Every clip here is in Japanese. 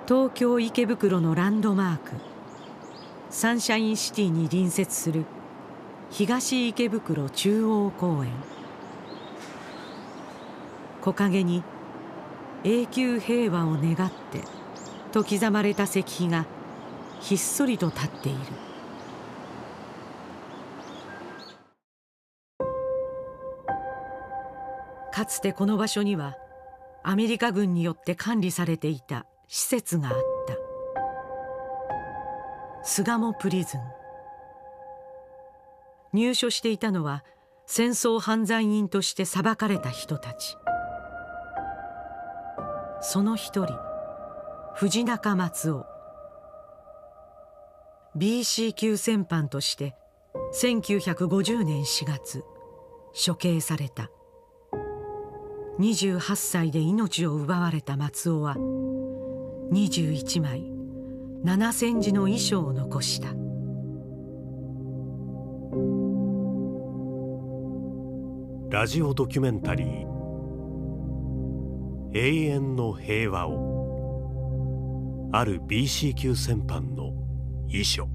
東京池袋のランドマークサンシャインシティに隣接する東池袋中央公園。木陰に永久平和を願ってと刻まれた石碑がひっそりと立っている。かつてこの場所にはアメリカ軍によって管理されていた施設があった。巣鴨プリズン。入所していたのは戦争犯罪人として裁かれた人たち。その一人、藤中松雄。 BC 級戦犯として1950年4月処刑された。28歳で命を奪われた松尾は21枚7,000字の遺書を残した。 ラジオドキュメンタリー「永遠の平和を」。ある BC 級戦犯の遺書。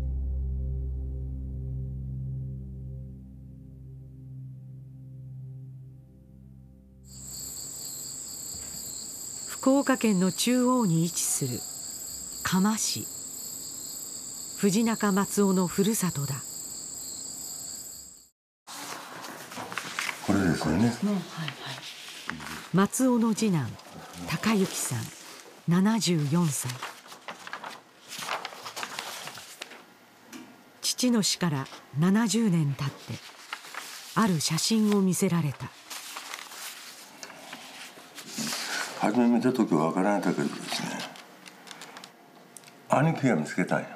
福岡県の中央に位置する嘉麻市。藤中松雄のふるさとだ。 これですよね。 松雄の次男孝之さん74歳。父の死から70年経ってある写真を見せられた。 初め見た時は分からなかったけどですね、兄貴が見つけたんや。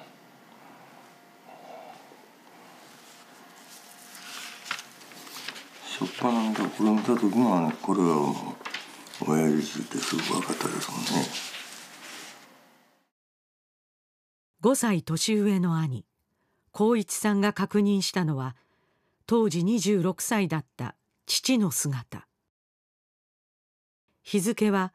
初っ端なんかこれ見た時もこれはもう親父ってすぐ分かったですもんね。 5歳年上の兄幸一さんが確認したのは当時26歳だった父の姿。日付は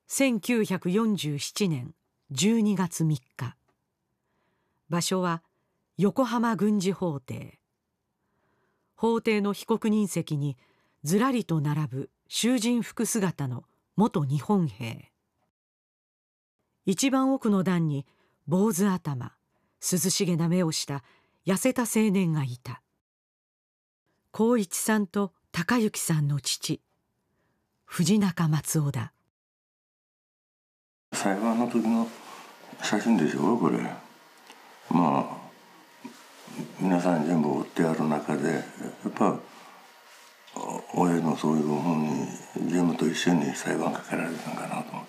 1947年12月3日。場所は横浜軍事法廷。法廷の被告人席にずらりと並ぶ囚人服姿の元日本兵。一番奥の段に坊主頭、涼しげな目をした痩せた青年がいた。幸一さんと孝之さんの父、藤中松雄だ。 裁判の時の写真でしょこれ。まあ皆さん全部追ってある中でやっぱ親のそういうふうに全部と一緒に裁判かけられたんかなと思って。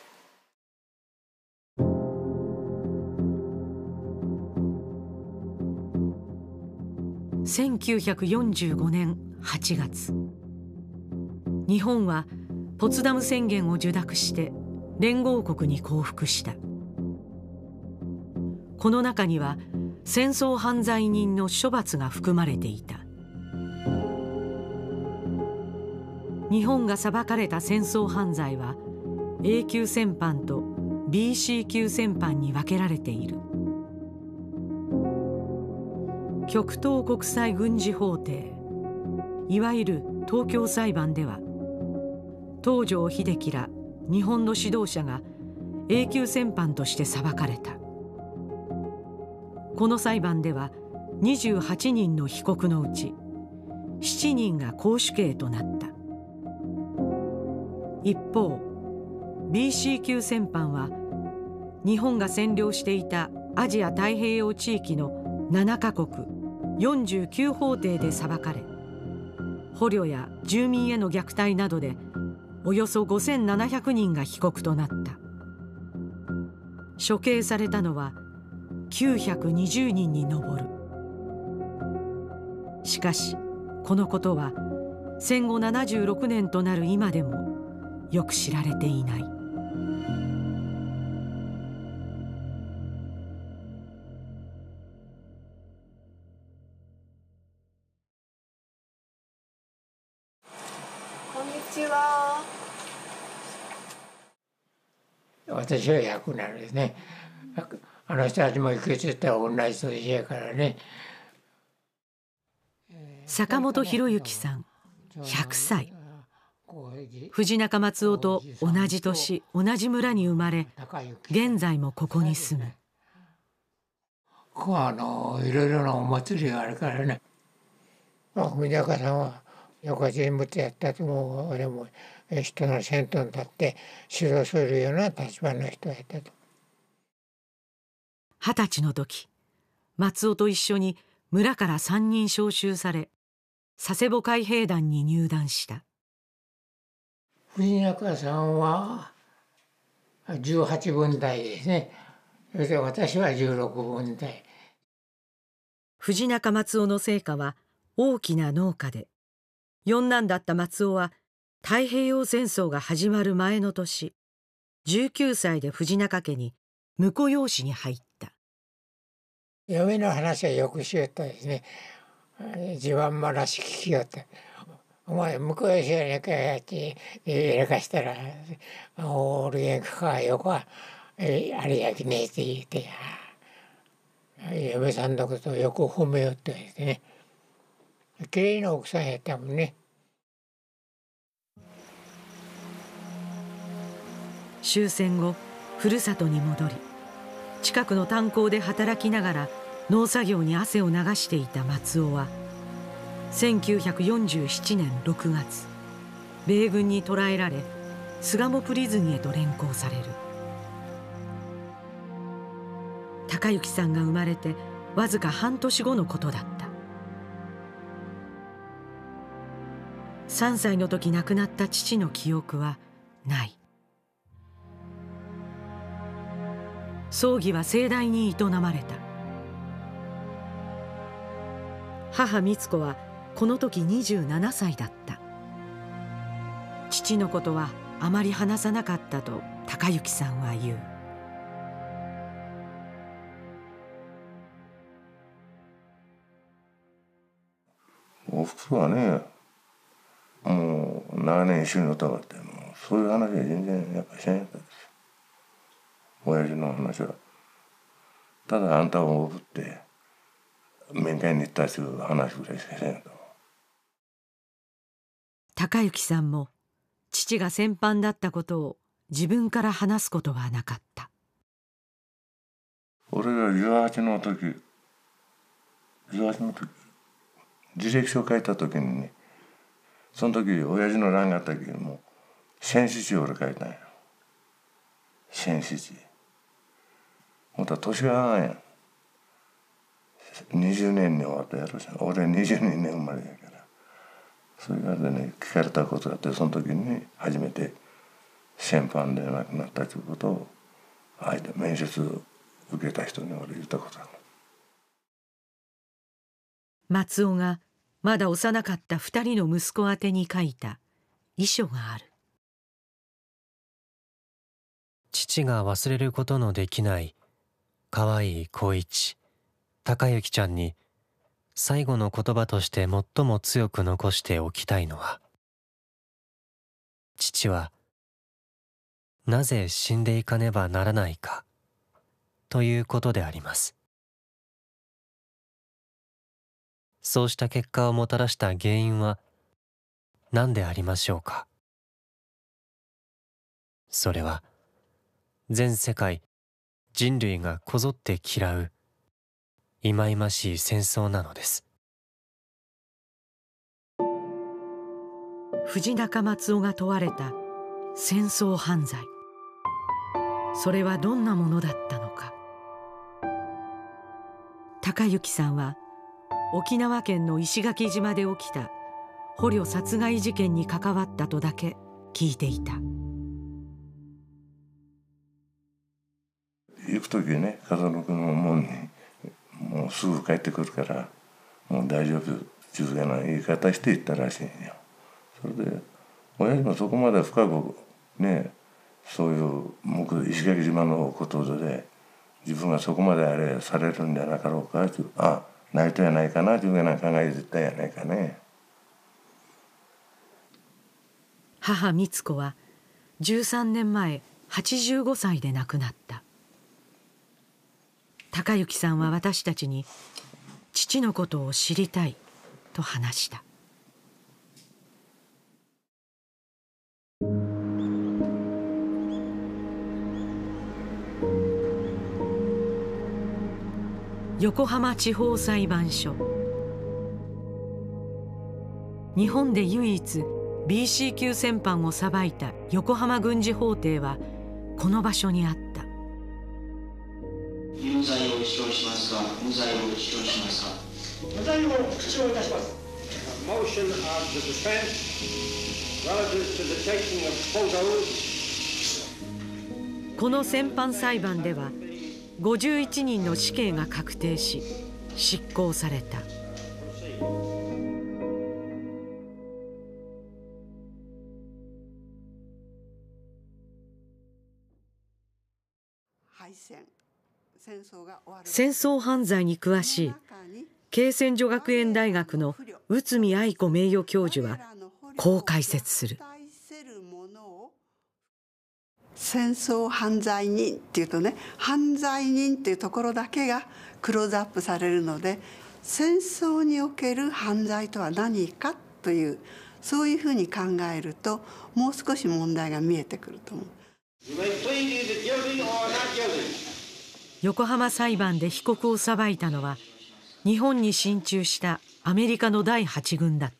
1945年8月、日本はポツダム宣言を受諾して連合国に降伏した。この中には戦争犯罪人の処罰が含まれていた。日本が裁かれた戦争犯罪は A 級戦犯と BC 級戦犯に分けられている。極東国際軍事法廷、いわゆる東京裁判では東条英機ら日本の指導者が A 級戦犯として裁かれた。この裁判では28人の被告のうち7人が絞首刑となった。一方 BC 級戦犯は日本が占領していたアジア太平洋地域の7カ国49法廷で裁かれ、捕虜や住民への虐待などでおよそ5700人が被告となった。処刑されたのは920人に上る。しかしこのことは戦後76年となる今でもよく知られていない。 こんにちは。 私は役なんですね。あの人たちもいくつったら同じ年やからね。 坂本博之さん100歳、藤中松尾と同じ年同じ村に生まれ、現在もここに住む。 ここはいろいろなお祭りがあるからね。藤中さんは横人物やったと思う。俺も人の先頭に立って指導するような立場の人やったと。 20歳の時、松尾と一緒に村から3人召集され、佐世保海兵団に入団した。 藤中さんは18分隊ですね。それで私は16分隊。 藤中松尾の成果は大きな農家で、四男だった松尾は太平洋戦争が始まる前の年、19歳で藤中家に婿養子に入った。 嫁の話はよくしよったですね。自慢話聞きよった。お前婿養子やねんかやってやらかしたら、俺やんか横はあれやきねえって言って、嫁さんのことをよく褒めよってですね。綺麗な奥さんやったもんね。 終戦後、ふるさとに戻り、近くの炭鉱で働きながら農作業に汗を流していた松尾は、1947年6月、米軍に捕らえられ、巣鴨プリズンへと連行される。孝之さんが生まれてわずか半年後のことだった。3歳の時亡くなった父の記憶はない。葬儀は盛大に営まれた。母光子はこの時27歳だった。父のことはあまり話さなかったと孝之さんは言う。 おふくろはね、もう長年一緒におったかって、もうそういう話は全然やっぱしないんですよ。親父の話は。ただあんたをおぶって面会に行ったという話ぐらいしかしないと。 孝之さんも父が戦犯だったことを自分から話すことはなかった。 俺が18の時履歴書を書いた時にね、その時親父の欄があったけども戦死地を俺書いたんよ。戦死地。ほんとは年が合わんやん。20年に終わったやろし、俺22年生まれやから。それがでね、聞かれたことがあって、その時に初めて戦犯で亡くなったということを面接を受けた人に俺言ったことある。 松尾がまだ幼かった2人の息子宛てに書いた遺書がある。 父が忘れることのできない可愛い小一孝之ちゃんに最後の言葉として最も強く残しておきたいのは、父はなぜ死んでいかねばならないかということであります。そうした結果をもたらした原因は何でありましょうか。それは全世界人類がこぞって嫌う忌々しい戦争なのです。 藤中松尾が問われた戦争犯罪、それはどんなものだったのか。孝之さんは沖縄県の石垣島で起きた捕虜殺害事件に関わったとだけ聞いていた。 行く時ね、家族の門にもうすぐ帰ってくるからもう大丈夫っていうような言い方して行ったらしいんよ。それで親父もそこまで深くね、そういう石垣島のことで自分がそこまであれされるんじゃなかろうかという、ないとやないかなというような考えでたんやないかね。 母光子は13年前 85歳で亡くなった。隆之さんは私たちに父のことを知りたいと話した。横浜地方裁判所。日本で唯一 BC 級戦犯を裁いた横浜軍事法廷はこの場所にあった。 有罪を主張しますか、無罪を主張しますか。 無罪を主張いたします。Motion of the defense relative to the taking of photos。 この戦犯裁判では51人の死刑が確定し執行された。戦争犯罪に詳しい恵泉女学園大学の内海愛子名誉教授はこう解説する。 戦争犯罪人っていうとね、犯罪人っていうところだけがクローズアップされるので、戦争における犯罪とは何かという、そういうふうに考えるともう少し問題が見えてくると思う。 横浜裁判で被告を裁いたのは日本に進駐したアメリカの第8軍だった。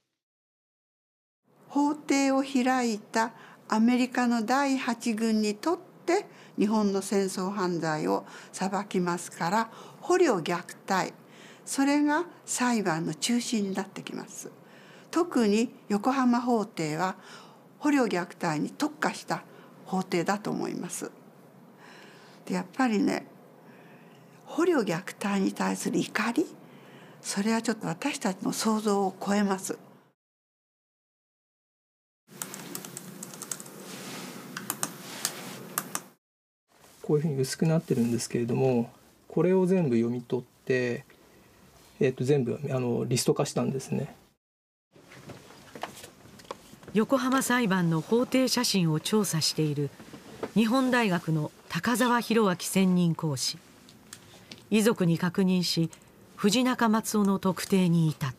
法廷を開いたアメリカの第8軍にとって日本の戦争犯罪を裁きますから、捕虜虐待、それが裁判の中心になってきます。特に横浜法廷は捕虜虐待に特化した法廷だと思います。でやっぱりね、捕虜虐待に対する怒り、それはちょっと私たちの想像を超えます。 こういうふうに薄くなってるんですけれども、これを全部読み取って、全部リスト化したんですね。 横浜裁判の法廷写真を調査している日本大学の高澤博明専任講師。遺族に確認し、藤中松雄の特定に至った。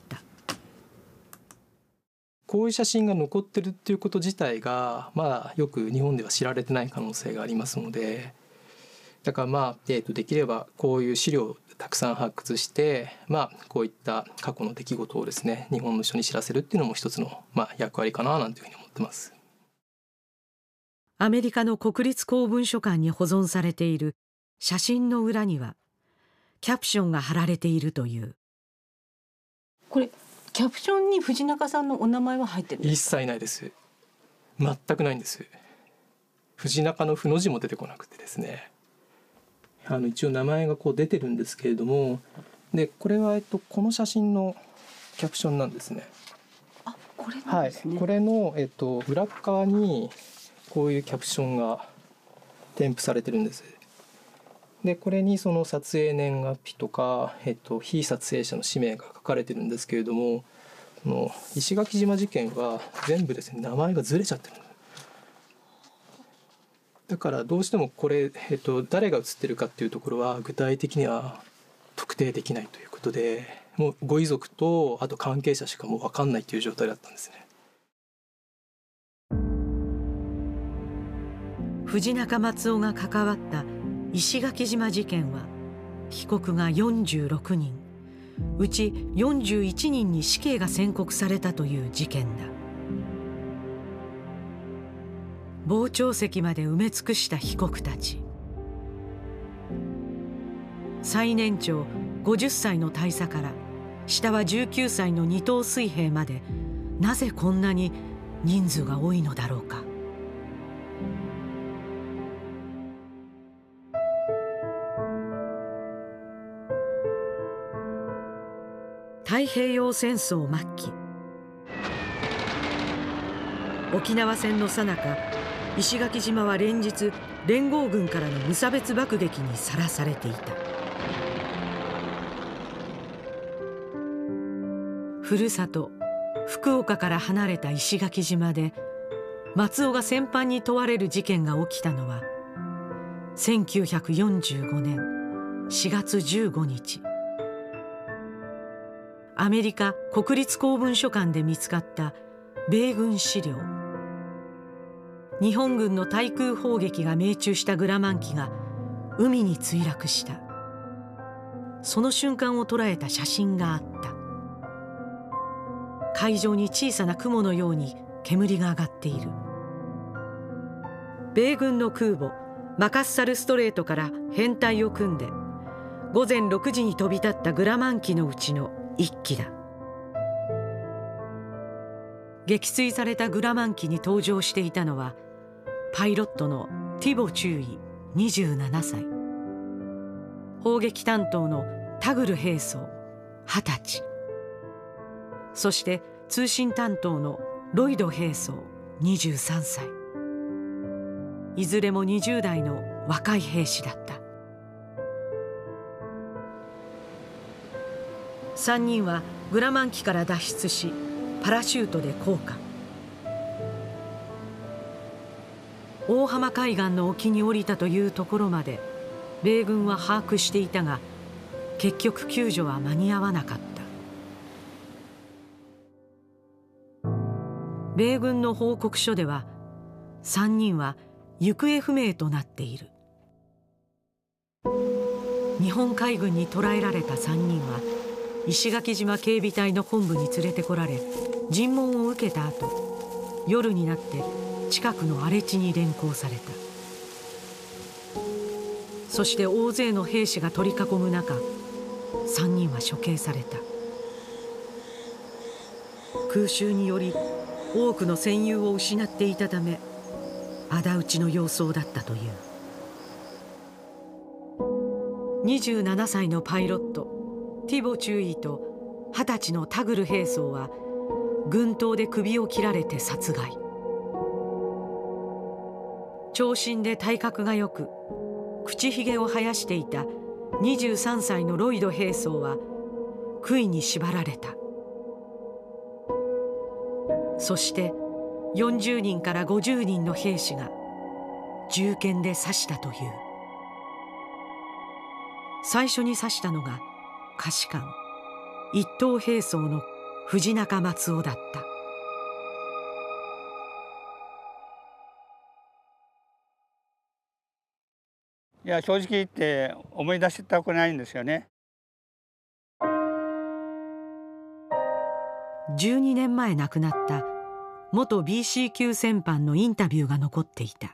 こういう写真が残ってるっていうこと自体が、よく日本では知られてない可能性がありますので、だからできればこういう資料をたくさん発掘して、こういった過去の出来事をですね、日本の人に知らせるっていうのも一つの役割かななんていうふうに思ってます。 アメリカの国立公文書館に保存されている写真の裏にはキャプションが貼られているという。 これキャプションに藤中さんのお名前は入ってるんですか？ 一切ないです。全くないんです。藤中の「ふ」の字も出てこなくてですね、一応名前がこう出てるんですけれども、でこれはこの写真のキャプションなんですね。 あ、これなんですね。 はい、これの裏側にこういうキャプションが添付されてるんです。でこれにその撮影年月日とか、被撮影者の氏名が書かれてるんですけれども、その石垣島事件は全部ですね、名前がずれちゃってる。だからどうしてもこれ、誰が写ってるかっていうところは具体的には特定できないということで、もうご遺族とあと関係者しかもう分かんないという状態だったんですね。 藤中松雄が関わった石垣島事件は被告が46人、うち41人に死刑が宣告されたという事件だ。傍聴席まで埋め尽くした被告たち。最年長50歳の大佐から下は19歳の二等水兵まで、なぜこんなに人数が多いのだろうか。太平洋戦争末期、沖縄戦の最中、石垣島は連日連合軍からの無差別爆撃にさらされていた。ふるさと福岡から離れた石垣島で松尾が戦犯に問われる事件が起きたのは1945年4月15日。アメリカ国立公文書館で見つかった米軍資料。日本軍の対空砲撃が命中したグラマン機が海に墜落した。その瞬間を捉えた写真があった。海上に小さな雲のように煙が上がっている。米軍の空母マカッサルストレートから編隊を組んで午前6時に飛び立ったグラマン機のうちの1機だ。撃墜されたグラマン機に搭乗していたのはパイロットのティボ・チューイ27歳、砲撃担当のタグル兵曹20歳、そして通信担当のロイド兵曹23歳。いずれも20代の若い兵士だった。3人はグラマン機から脱出しパラシュートで降下。大浜海岸の沖に降りたというところまで米軍は把握していたが、結局救助は間に合わなかった。米軍の報告書では3人は行方不明となっている。日本海軍に捕らえられた3人は石垣島警備隊の本部に連れてこられ尋問を受けた後、夜になって近くの荒れ地に連行された。そして大勢の兵士が取り囲む中、3人は処刑された。空襲により多くの戦友を失っていたため仇討ちの様相だったという。27歳のパイロットティボ・チューイと20歳のタグル兵曹は軍刀で首を切られて殺害。長身で体格がよく口ひげを生やしていた23歳のロイド兵曹は杭に縛られた。そして40人から50人の兵士が銃剣で刺したという。最初に刺したのが下士官一等兵曹の藤中松尾だった。 いや、正直言って思い出したくないんですよね。 12年前亡くなった元 BC 級戦犯のインタビューが残っていた。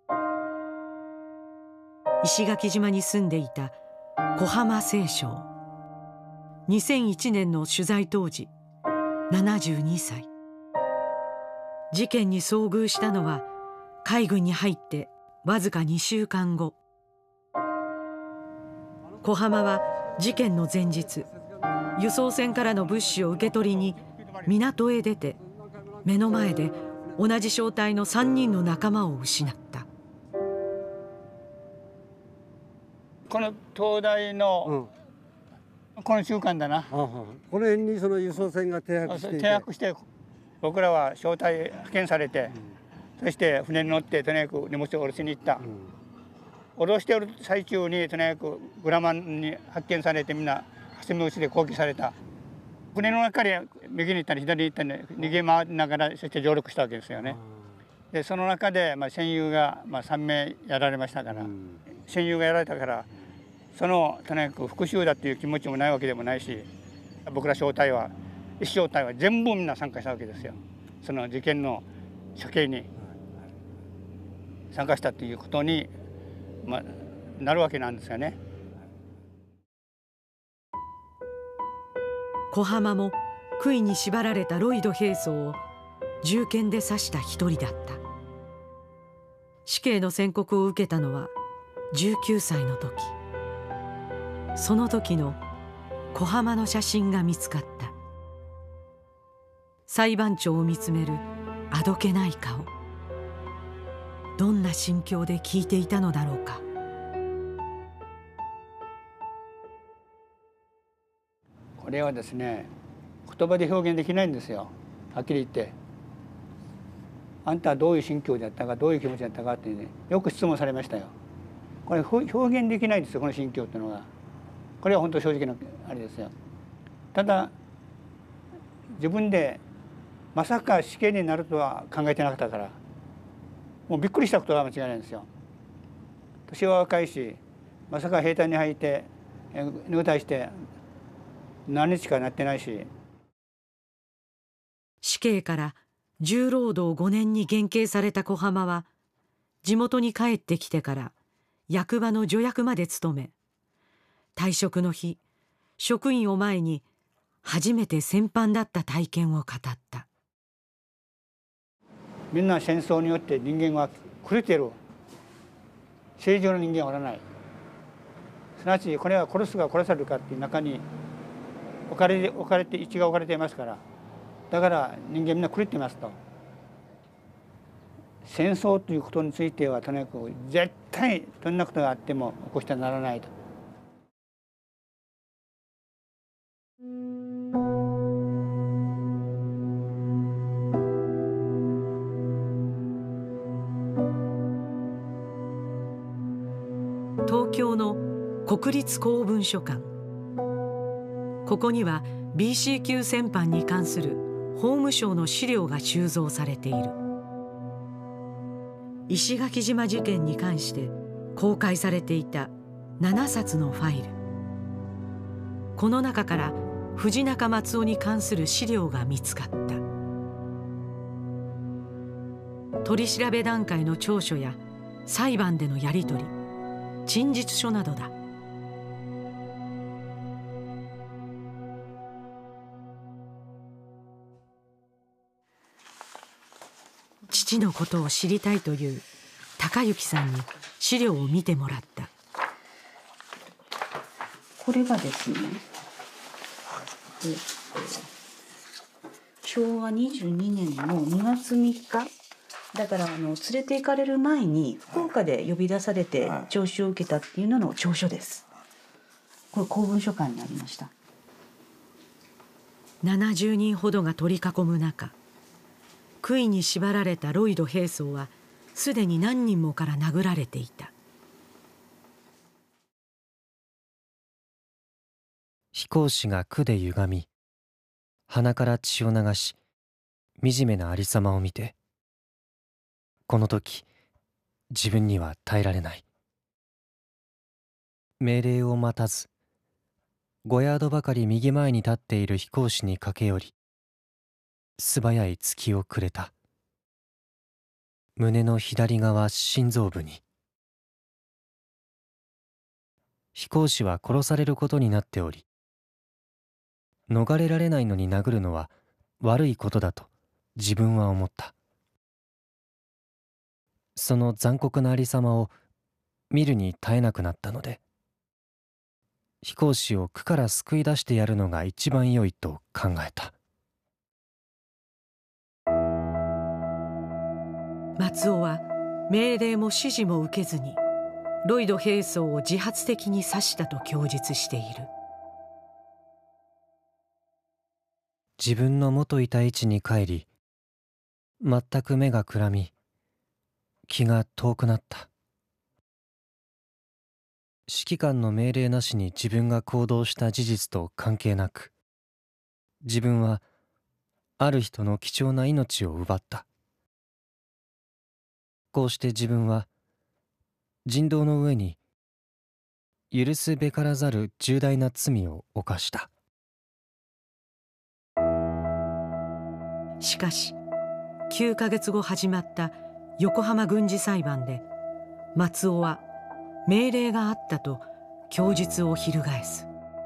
石垣島に住んでいた小浜清正。2001年の取材当時72歳。事件に遭遇したのは海軍に入ってわずか2週間後。小浜は事件の前日、輸送船からの物資を受け取りに港へ出て、目の前で同じ小隊の3人の仲間を失った。 この東大の、この中間だな。 この辺にその輸送船が停泊していて、 停泊して僕らは小隊派遣されて、そして船に乗ってとにかく荷物を下ろしに行った。下ろしている最中にとにかくグラマンに発見されて、みんな挟み撃ちで攻撃された。船の中に右に行ったり左に行ったり逃げ回りながら、そして上陸したわけですよね。でその中で戦友が3名やられましたから、戦友がやられたから、そのとにかく復讐だっていう気持ちもないわけでもないし、僕ら小隊は一小隊は全部みんな参加したわけですよ。その事件の処刑に参加したということに、なるわけなんですよね。 小浜も杭に縛られたロイド兵曹を銃剣で刺した一人だった。死刑の宣告を受けたのは19歳の時。その時の小浜の写真が見つかった。裁判長を見つめるあどけない顔。どんな心境で聞いていたのだろうか。 これはですね、言葉で表現できないんですよ、はっきり言って。 あんたはどういう心境だったか、どういう気持ちだったかってね、よく質問されましたよ。これ表現できないですよ、この心境っていうのが。これは本当正直なあれですよ。ただ自分でまさか死刑になるとは考えてなかったから、もうびっくりしたことは間違いないんですよ。年は若いし、まさか兵隊に入って入隊して何日かなってないし。 死刑から重労働5年に減刑された小浜は、地元に帰ってきてから役場の助役まで務め、退職の日、職員を前に初めて戦犯だった体験を語った。 みんな戦争によって人間は狂っている。正常の人間はおらない。すなわちこれは殺すか殺されるかっていう中に置かれて位置が置かれていますから、だから人間みんな狂っていますと。戦争ということについてはとにかく絶対どんなことがあっても起こしてはならないと。 東京の国立公文書館。ここには BC 級戦犯に関する法務省の資料が収蔵されている。石垣島事件に関して公開されていた7冊のファイル。この中から藤中松尾に関する資料が見つかった。取り調べ段階の調書や裁判でのやり取り、陳述書などだ。父のことを知りたいという高幸さんに資料を見てもらった。 これがですね、昭和22年の2月3日だから連れて行かれる前に福岡で呼び出されて聴取を受けたっていうのの調書です。これ公文書館にありました。 70人ほどが取り囲む中、杭に縛られたロイド兵曹はすでに何人もから殴られていた。 飛行士が管で歪み、鼻から血を流し、惨めなありさまを見て、この時自分には耐えられない。命令を待たず、5ヤードばかり右前に立っている飛行士に駆け寄り、素早い突きをくれた。胸の左側心臓部に。飛行士は殺されることになっており、逃れられないのに殴るのは悪いことだと自分は思った。その残酷なありさまを見るに耐えなくなったので、飛行士を苦から救い出してやるのが一番良いと考えた。 松尾は命令も指示も受けずにロイド兵曹を自発的に刺したと供述している。 自分の元いた位置に帰り、全く目がくらみ、気が遠くなった。指揮官の命令なしに自分が行動した事実と関係なく、自分はある人の貴重な命を奪った。こうして自分は人道の上に許すべからざる重大な罪を犯した。 しかし9ヶ月後始まった横浜軍事裁判で、松尾は命令があったと供述を翻す。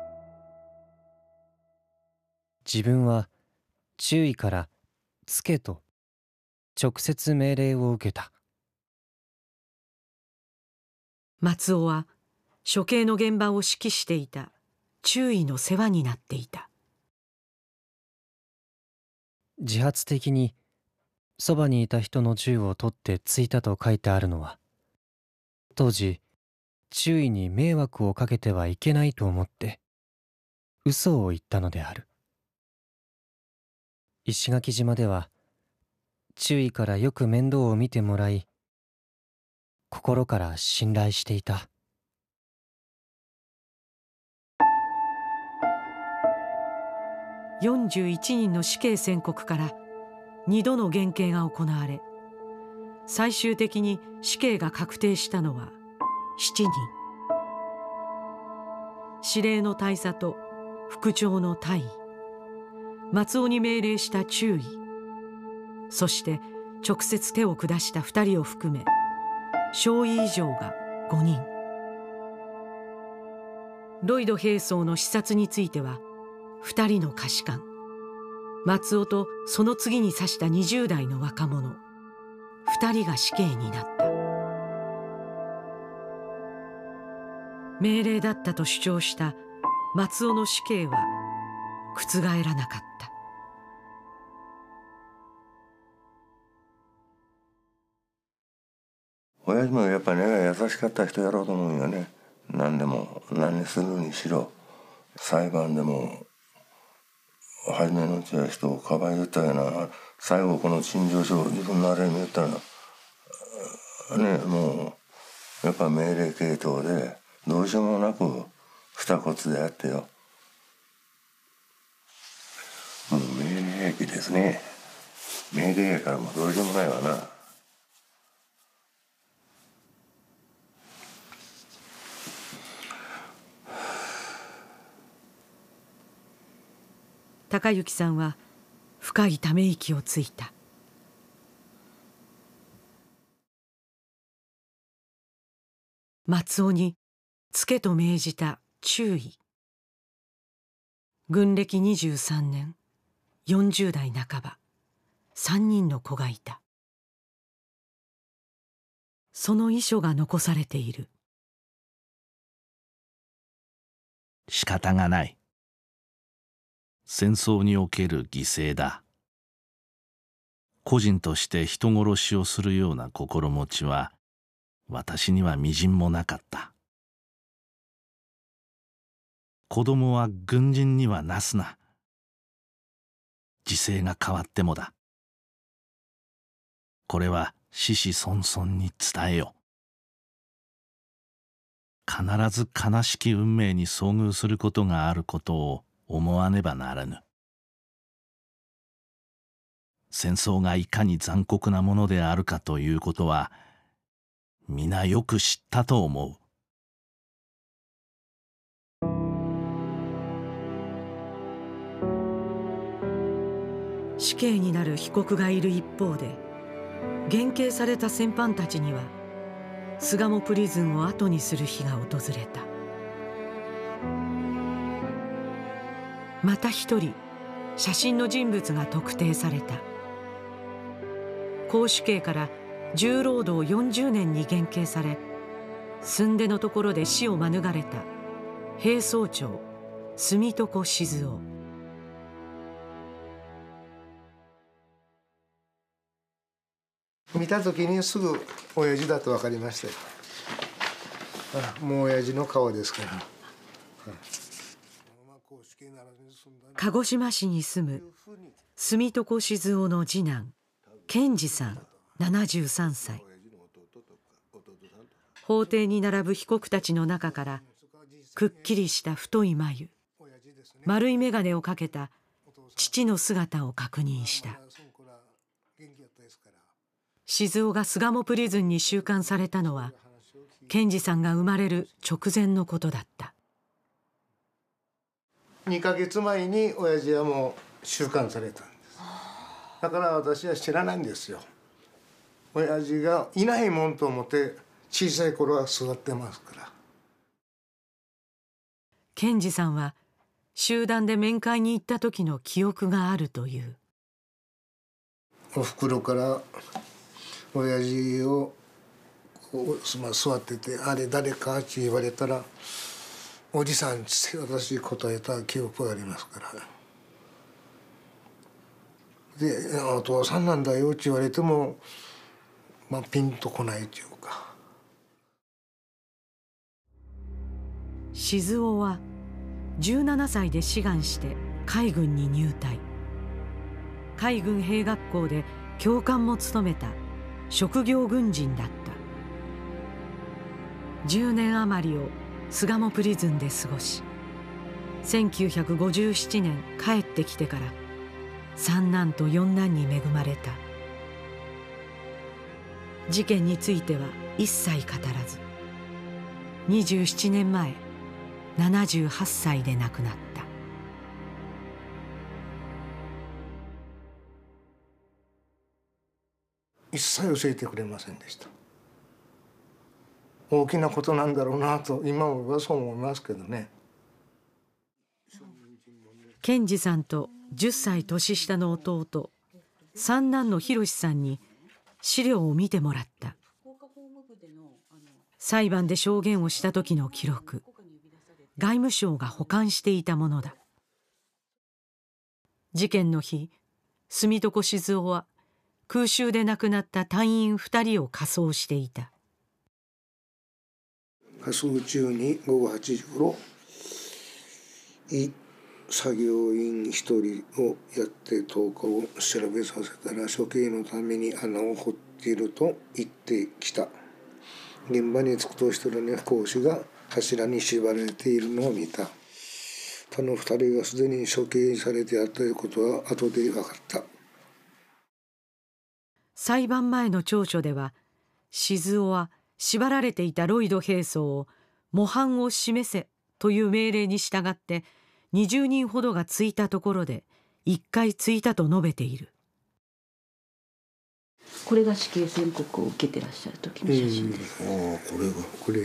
自分は中尉からつけと直接命令を受けた。 松尾は処刑の現場を指揮していた中尉の世話になっていた。 自発的にそばにいた人の銃を取って突いたと書いてあるのは、当時中尉に迷惑をかけてはいけないと思って嘘を言ったのである。石垣島では注意からよく面倒を見てもらい、心から信頼していた。 41人の死刑宣告から2度の減刑が行われ、最終的に死刑が確定したのは7人。司令の大佐と副長の大尉、松尾に命令した中尉、そして直接手を下した2人を含め少尉以上が5人。ロイド兵曹の視察については2人の下士官、松尾とその次に刺した20代の若者2人が死刑になった。命令だったと主張した松尾の死刑は覆らなかった。 親父もやっぱり根が優しかった人やろうと思うんよね。何でも何するにしろ、裁判でも初めのうちは人をかばい言ったような、最後この陳情書を自分のあれに言ったらね、もうやっぱ命令系統でどうしようもなく二骨であってよ、もう命令兵器ですね。命令やからもうどうしようもないわな。 孝之さんは深いため息をついた。松尾につけと命じた中尉。軍歴23年、40代半ば、3人の子がいた。その遺書が残されている。 仕方がない。戦争における犠牲だ。個人として人殺しをするような心持ちは私にはみじんもなかった。子供は軍人にはなすな。時勢が変わってもだ。これは子々孫々に伝えよ。必ず悲しき運命に遭遇することがあることを思わねばならぬ。戦争がいかに残酷なものであるかということは皆よく知ったと思う。 死刑になる被告がいる一方で、減刑された戦犯たちには巣鴨プリズンを後にする日が訪れた。また一人写真の人物が特定された。絞首刑から重労働40年に減刑され、寸出のところで死を免れた兵曹長住床静雄。 見た時にすぐ親父だと分かりましたよ。もう親父の顔ですから。 鹿児島市に住む住床静雄の次男健二さん73歳。法廷に並ぶ被告たちの中からくっきりした太い眉、丸い眼鏡をかけた父の姿を確認した。静雄が巣鴨プリズンに収監されたのは健二さんが生まれる直前のことだった。 2ヶ月前に親父はもう収監されたんです。だから私は知らないんですよ。親父がいないもんと思って小さい頃は育ってますから。 健二さんは集団で面会に行った時の記憶があるという。 おふくろから親父を座ってて「あれ誰か?」って言われたら「おじさん」って私答えた記憶がありますから。で「お父さんなんだよ」って言われてもピンとこないというか。 静雄は17歳で志願して海軍に入隊。海軍兵学校で教官も務めた職業軍人だった。10年余りを巣鴨プリズンで過ごし、1957年帰ってきてから三男と四男に恵まれた。事件については一切語らず、27年前78歳で亡くなった。 一切教えてくれませんでした。大きなことなんだろうなと今はそう思いますけどね。 健二さんと10歳年下の弟、三男の博さんに資料を見てもらった。裁判で証言をした時の記録、外務省が保管していたものだ。事件の日、住床静雄は空襲で亡くなった隊員2人を火葬していた。 火葬中に午後8時ごろ、作業員1人をやって10日を調べさせたら処刑のために穴を掘っていると言ってきた。現場に着くと一人の講師が柱に縛られているのを見た。他の2人がすでに処刑されてあったということは後で分かった。 裁判前の調書では、静雄は縛られていたロイド兵曹を模範を示せという命令に従って20人ほどがついたところで1回ついたと述べている。 これが死刑宣告を受けてらっしゃる時の写真です。 これ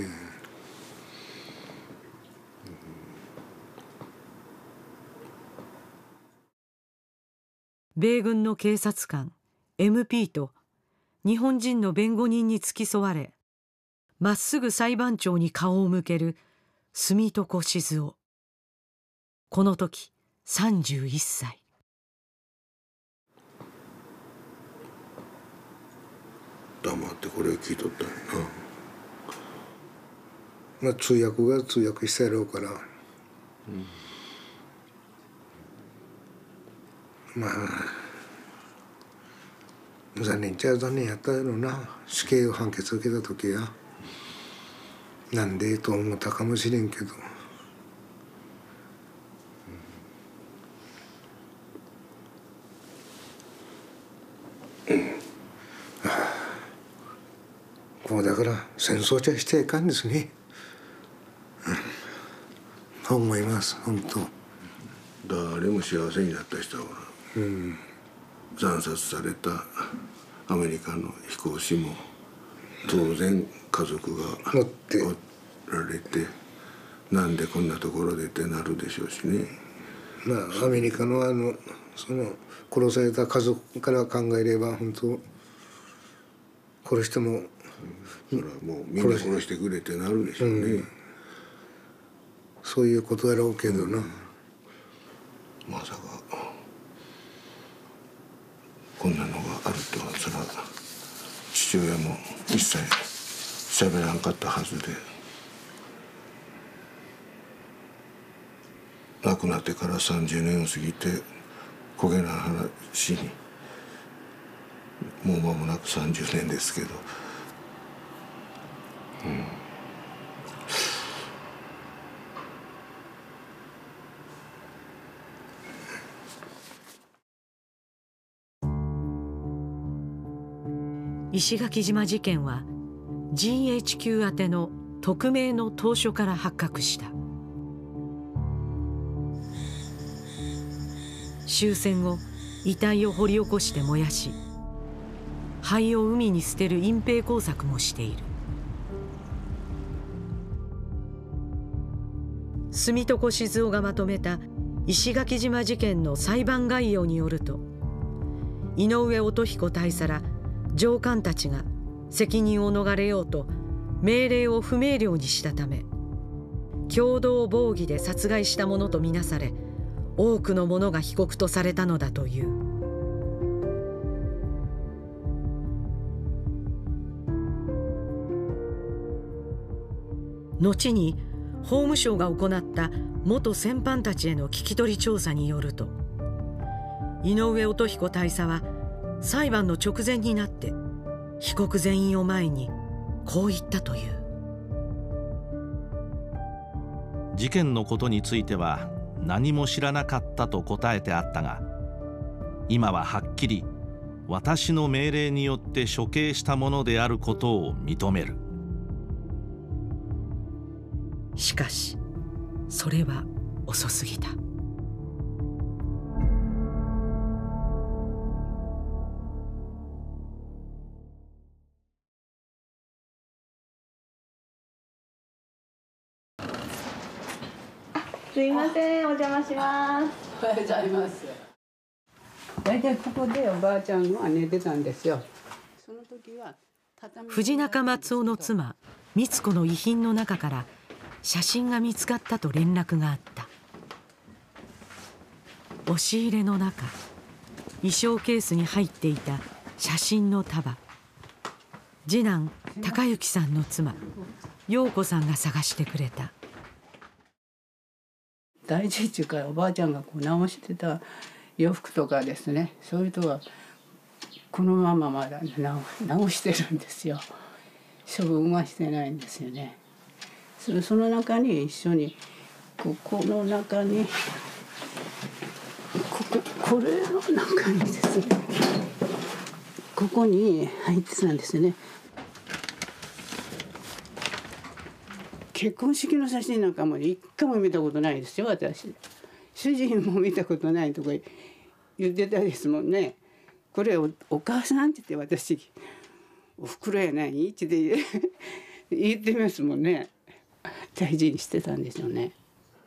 米軍の警察官 MP と日本人の弁護人に付き添われ、まっすぐ裁判長に顔を向ける住床静雄。この時31歳。 黙ってこれを聞いとったんやな。通訳が通訳してやろうから、まあ残念っちゃ残念やったやろな。死刑を判決受けた時やなんでと思ったかもしれんけど、こうだから戦争じゃしていかんですね、そう思います本当。誰も幸せになった人は、惨殺されたアメリカの飛行士も当然家族がおられて、なんでこんなところでってなるでしょうしね。まあアメリカのその殺された家族から考えれば本当殺しても、それはもうみんな殺してくれってなるでしょうね、そういうことだろうけどな、まさかこんなのがあるとはそれは父親も一切喋らんかったはずで、亡くなってから30年を過ぎて焦げな話にもう間もなく30年ですけど、 石垣島事件は GHQ 宛ての匿名の投書から発覚した。終戦後遺体を掘り起こして燃やし、灰を海に捨てる隠蔽工作もしている。住床静雄がまとめた石垣島事件の裁判概要によると、井上音彦大佐ら上官たちが責任を逃れようと命令を不明瞭にしたため、共同防御で殺害したものとみなされ、多くの者が被告とされたのだという。後に法務省が行った元戦犯たちへの聞き取り調査によると、井上音彦大佐は裁判の直前になって被告全員を前にこう言ったという。 事件のことについては何も知らなかったと答えてあったが、今ははっきり私の命令によって処刑したものであることを認める。 しかしそれは遅すぎた。 すいません、お邪魔します。 おはようございます。大体ここでおばあちゃんは寝てたんですよ。その時は藤中松尾の妻光子の遺品の中から写真が見つかったと連絡があった。押し入れの中、衣装ケースに入っていた写真の束、次男孝之さんの妻陽子さんが探してくれた。 大事っていうか、おばあちゃんがこう直してた洋服とかですね、そういうのはこのまままだ直してるんですよ。処分はしてないんですよね。その中に一緒にこの中にこれの中にですね、ここに入ってたんですね。結婚式の写真なんかも一回も見たことないですよ、私。主人も見たことないとか言ってたですもんね。これ お母さんって言って、私おふくろやないって言ってますもんね。大事にしてたんでしょうね。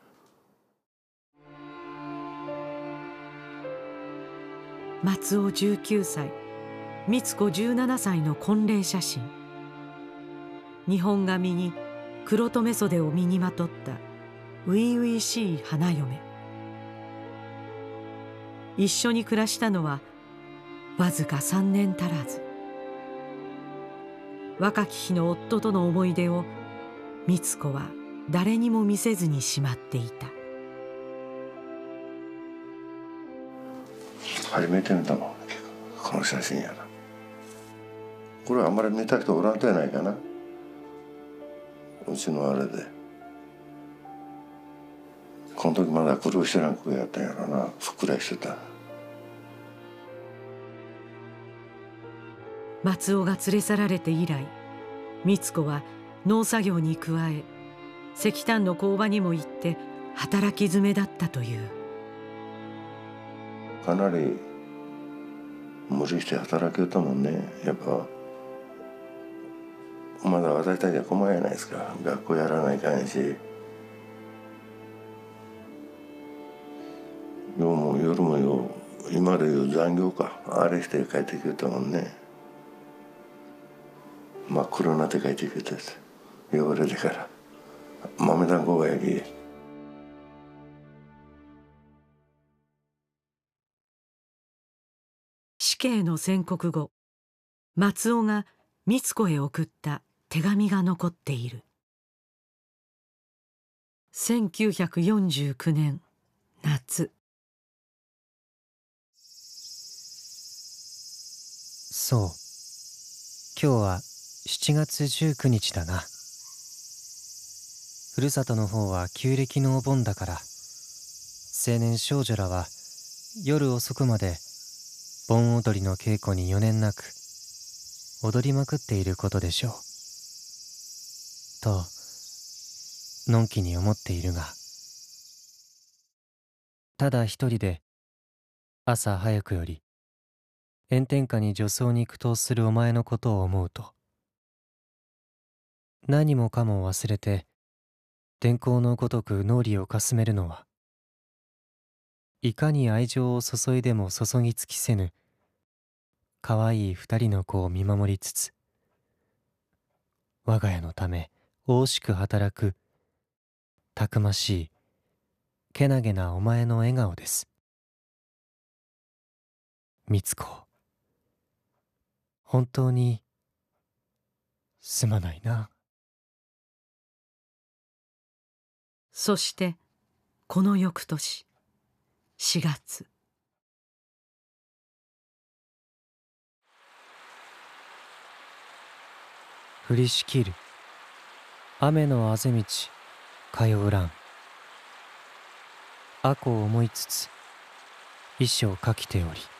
松尾19歳、光子17歳の婚礼写真。日本髪に黒留袖を身にまとった初々しい花嫁。一緒に暮らしたのはわずか3年足らず。若き日の夫との思い出を光子は誰にも見せずにしまっていた。 初めて見たもん、この写真やな。これあんまり見た人おらんとやないかな、うちのあれで。この時まだ苦労してなくやったんやろな、ふっくらしてた。 松尾が連れ去られて以来、光子は農作業に加え石炭の工場にも行って働き詰めだったという。 かなり無理して働きよったもんね。やっぱまだ私たちは困るやないですか。学校やらないかんし、夜もよ、今でいう残業か、あれして帰ってきよったもんね。真っ黒になって帰ってきよったです。汚れてから豆団子が焼き。 死刑の宣告後、松尾が光子へ送った手紙が残っている。1949年夏。 そう、今日は7月19日だな。ふるさとの方は旧暦のお盆だから、青年少女らは夜遅くまで盆踊りの稽古に余念なく踊りまくっていることでしょうとのんきに思っているが、ただ一人で朝早くより炎天下に女装に苦闘するお前のことを思うと、何もかも忘れて電光のごとく脳裏をかすめるのは、いかに愛情を注いでも注ぎ尽きせぬかわいい二人の子を見守りつつ、我が家のため惜しく働くたくましいけなげなお前の笑顔です。光子、本当にすまないな。 そしてこの翌年4月。 降りしきる雨のあぜ道通うらん。あこを思いつつ遺書を書きており。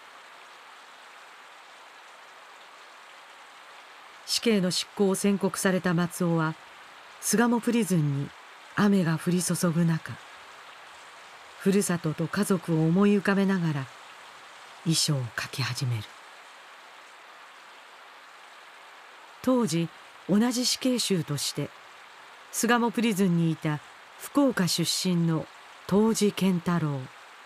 死刑の執行を宣告された松尾は巣鴨プリズンに雨が降り注ぐ中、ふるさとと家族を思い浮かべながら遺書を書き始める。当時同じ死刑囚として巣鴨プリズンにいた福岡出身の東司健太郎。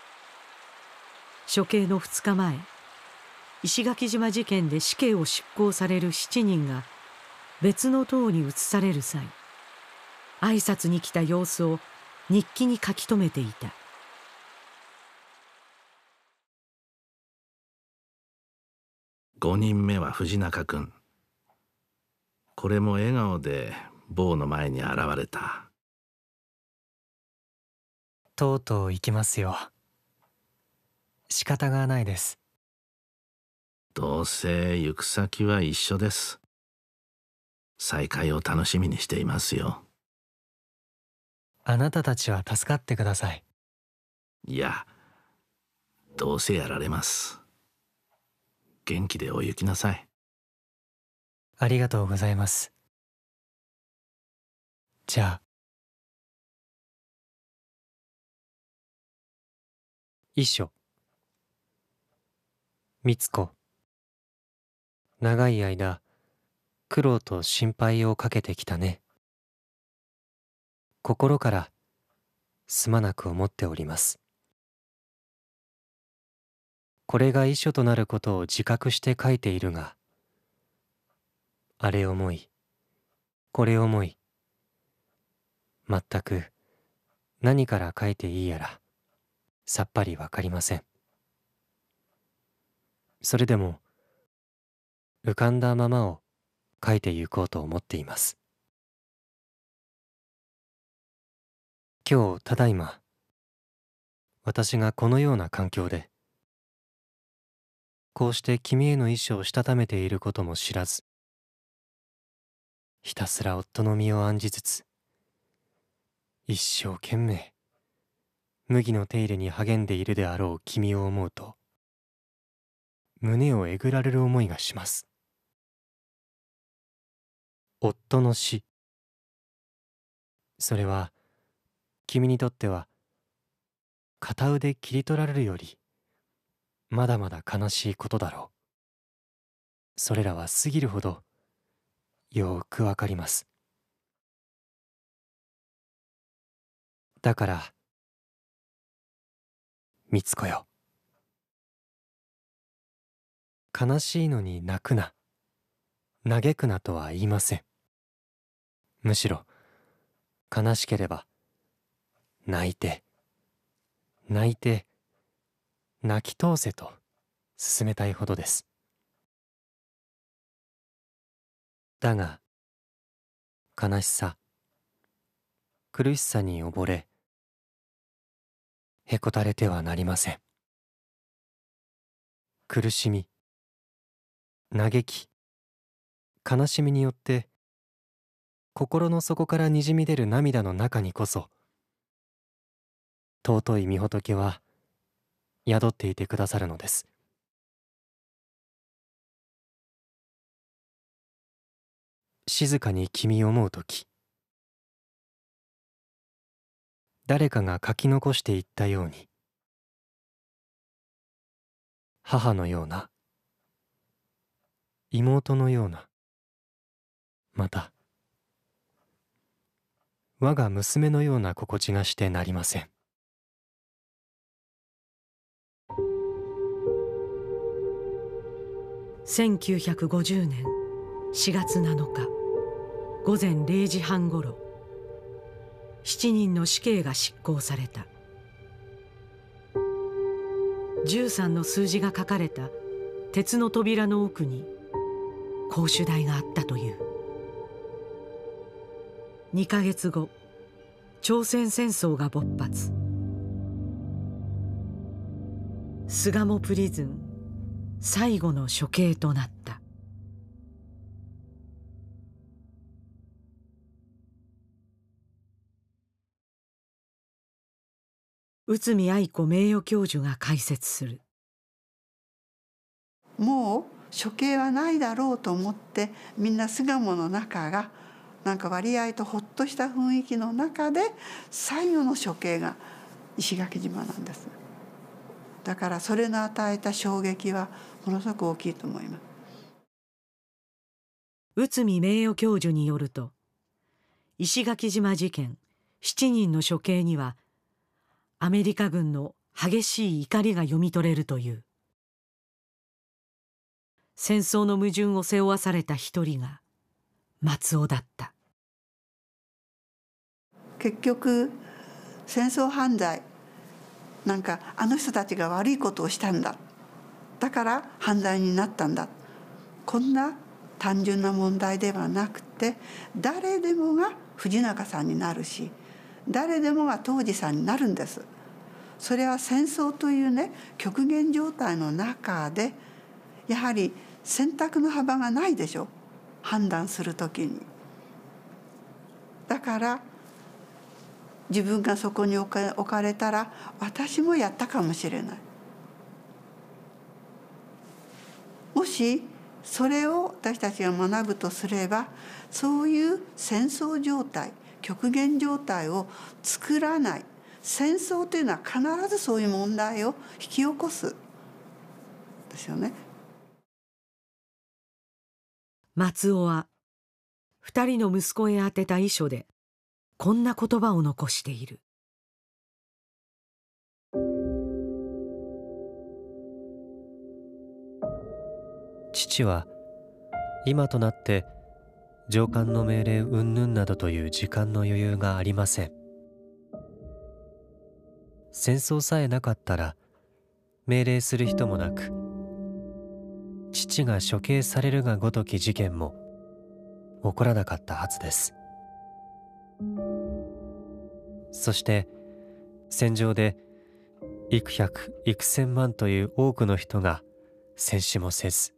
処刑の2日前、石垣島事件で死刑を執行される7人が別の塔に移される際、挨拶に来た様子を日記に書き留めていた。 5人目は藤中君。これも笑顔で坊の前に現れた。 とうとう行きますよ。仕方がないです。 どうせ行く先は一緒です。再会を楽しみにしていますよ。 あなたたちは助かってください。 いや、どうせやられます。元気でお行きなさい。 ありがとうございます。じゃあ。遺書。みつこ。長い間苦労と心配をかけてきたね。心からすまなく思っております。これが遺書となることを自覚して書いているが、あれ思いこれ思い、全く何から書いていいやらさっぱりわかりません。それでも浮かんだままを書いてゆこうと思っています。今日ただいま、私がこのような環境でこうして君への遺書をしたためていることも知らず、ひたすら夫の身を案じつつ、一生懸命麦の手入れに励んでいるであろう君を思うと、胸をえぐられる思いがします。夫の死、それは君にとっては片腕切り取られるよりまだまだ悲しいことだろう。それらは過ぎるほどよーくわかります。だからみつこよ、悲しいのに泣くな、嘆くなとは言いません。むしろ悲しければ泣いて泣いて泣き通せと勧めたいほどです。だが悲しさ、苦しさに溺れへこたれてはなりません。苦しみ、嘆き、悲しみによって心の底からにじみ出る涙の中にこそ、尊い御仏は宿っていてくださるのです。静かに君を思うとき、誰かが書き残していったように、母のような、妹のような、また我が娘のような心地がしてなりません。 1950年4月7日午前0時半ごろ、7人の死刑が執行された。13の数字が書かれた鉄の扉の奥に公主台があったという。2ヶ月後、朝鮮戦争が勃発。巣鴨プリズン最後の処刑となった。 内海愛子名誉教授が解説する。 もう処刑はないだろうと思ってみんな巣鴨の中がなんか割合とほっとした雰囲気の中で最後の処刑が石垣島なんです。だからそれの与えた衝撃はものすごく大きいと思います。 内海名誉教授によると、石垣島事件7人の処刑にはアメリカ軍の激しい怒りが読み取れるという。戦争の矛盾を背負わされた一人が松尾だった。 結局戦争犯罪なんかあの人たちが悪いことをしたんだ、だから犯罪になったんだ、こんな単純な問題ではなくて、誰でもが藤中さんになるし、誰でもが東司さんになるんです。それは戦争というね極限状態の中でやはり選択の幅がないでしょ、判断するときに。だから自分がそこに置かれたら私もやったかもしれない。もしそれを私たちが学ぶとすれば、そういう戦争状態、極限状態を作らない。戦争というのは必ずそういう問題を引き起こすですよね。 松尾は2人の息子へ宛てた遺書でこんな言葉を残している。 父は今となって上官の命令云々などという時間の余裕がありません。戦争さえなかったら命令する人もなく、父が処刑されるがごとき事件も起こらなかったはずです。そして戦場で幾百幾千万という多くの人が戦死もせず、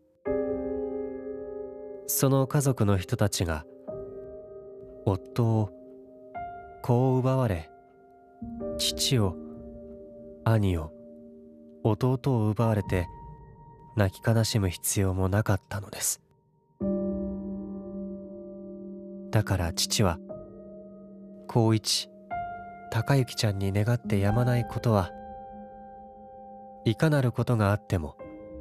その家族の人たちが夫を子を奪われ、父を兄を弟を奪われて泣き悲しむ必要もなかったのです。だから父は光一、孝之ちゃんに願ってやまないことは、いかなることがあっても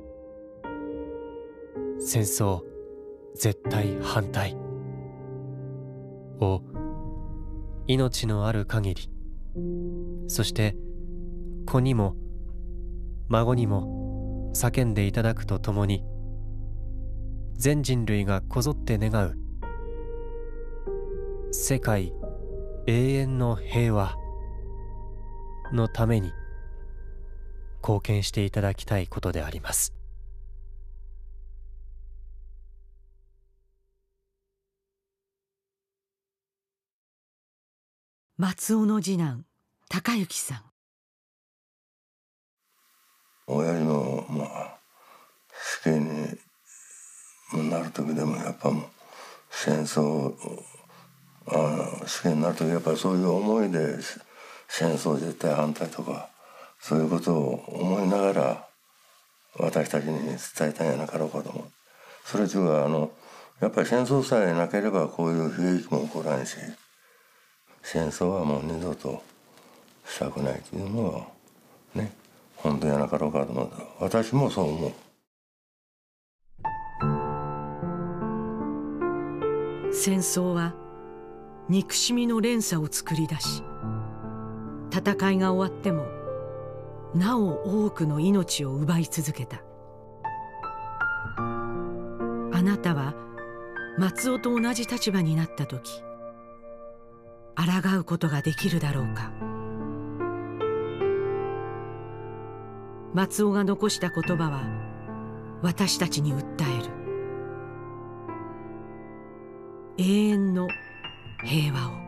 戦争絶対反対を命のある限り、そして子にも孫にも叫んでいただくとともに、全人類がこぞって願う世界永遠の平和のために貢献していただきたいことであります。 松尾の次男孝之さん。 親父の死刑になる時でもやっぱもう戦争死刑になる時やっぱりそういう思いで戦争絶対反対とかそういうことを思いながら私たちに伝えたんやなかろうかと思う。それとはやっぱり戦争さえなければこういう悲劇も起こらんし、戦争はもう二度としたくないというのはね、本当やなかろうかと思う。私もそう思う。 戦争は憎しみの連鎖を作り出し、戦いが終わってもなお多くの命を奪い続けた。あなたは松尾と同じ立場になった時、抗うことができるだろうか。松尾が残した言葉は私たちに訴える。永遠の平和を。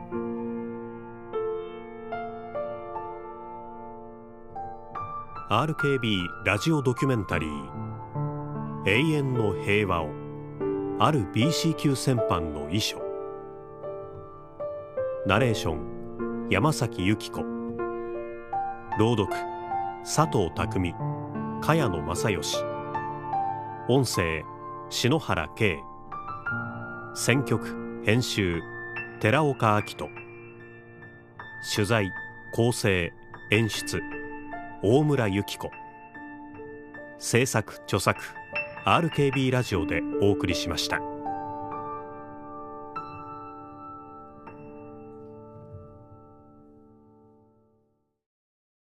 RKB ラジオドキュメンタリー「永遠の平和を」、ある BC 級戦犯の遺書。ナレーション山崎由紀子。 朗読佐藤匠、茅野正義。音声篠原圭。選曲編集寺岡明人。取材構成演出大村由紀子。制作著作 RKB ラジオでお送りしました。